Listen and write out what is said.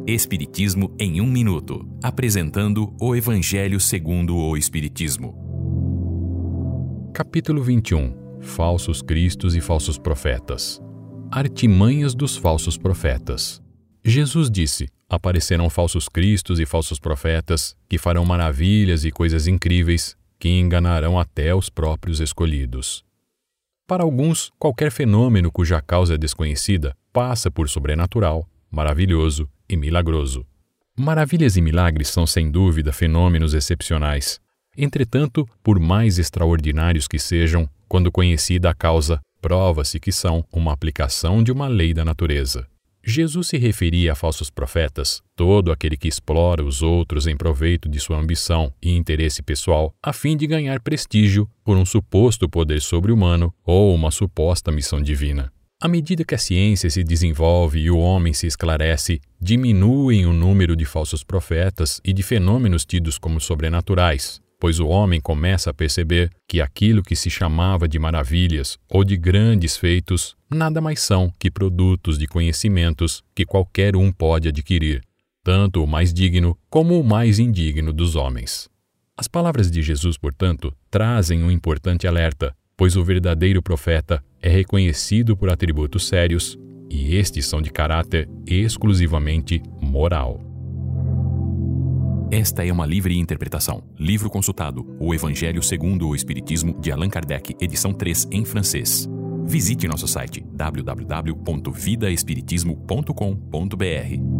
Espiritismo em 1 minuto, apresentando o Evangelho segundo o Espiritismo. Capítulo 21. Falsos Cristos e Falsos Profetas. Artimanhas dos falsos profetas. Jesus disse: aparecerão falsos cristos e falsos profetas, que farão maravilhas e coisas incríveis, que enganarão até os próprios escolhidos. Para alguns, qualquer fenômeno cuja causa é desconhecida passa por sobrenatural, maravilhoso e milagroso. Maravilhas e milagres são, sem dúvida, fenômenos excepcionais. Entretanto, por mais extraordinários que sejam, quando conhecida a causa, prova-se que são uma aplicação de uma lei da natureza. Jesus se referia a falsos profetas, todo aquele que explora os outros em proveito de sua ambição e interesse pessoal, a fim de ganhar prestígio por um suposto poder sobre-humano ou uma suposta missão divina. À medida que a ciência se desenvolve e o homem se esclarece, diminuem o número de falsos profetas e de fenômenos tidos como sobrenaturais, pois o homem começa a perceber que aquilo que se chamava de maravilhas ou de grandes feitos nada mais são que produtos de conhecimentos que qualquer um pode adquirir, tanto o mais digno como o mais indigno dos homens. As palavras de Jesus, portanto, trazem um importante alerta, pois o verdadeiro profeta é reconhecido por atributos sérios, e estes são de caráter exclusivamente moral. Esta é uma livre interpretação. Livro consultado: O Evangelho segundo o Espiritismo, de Allan Kardec, edição 3, em francês. Visite nosso site www.vidaespiritismo.com.br.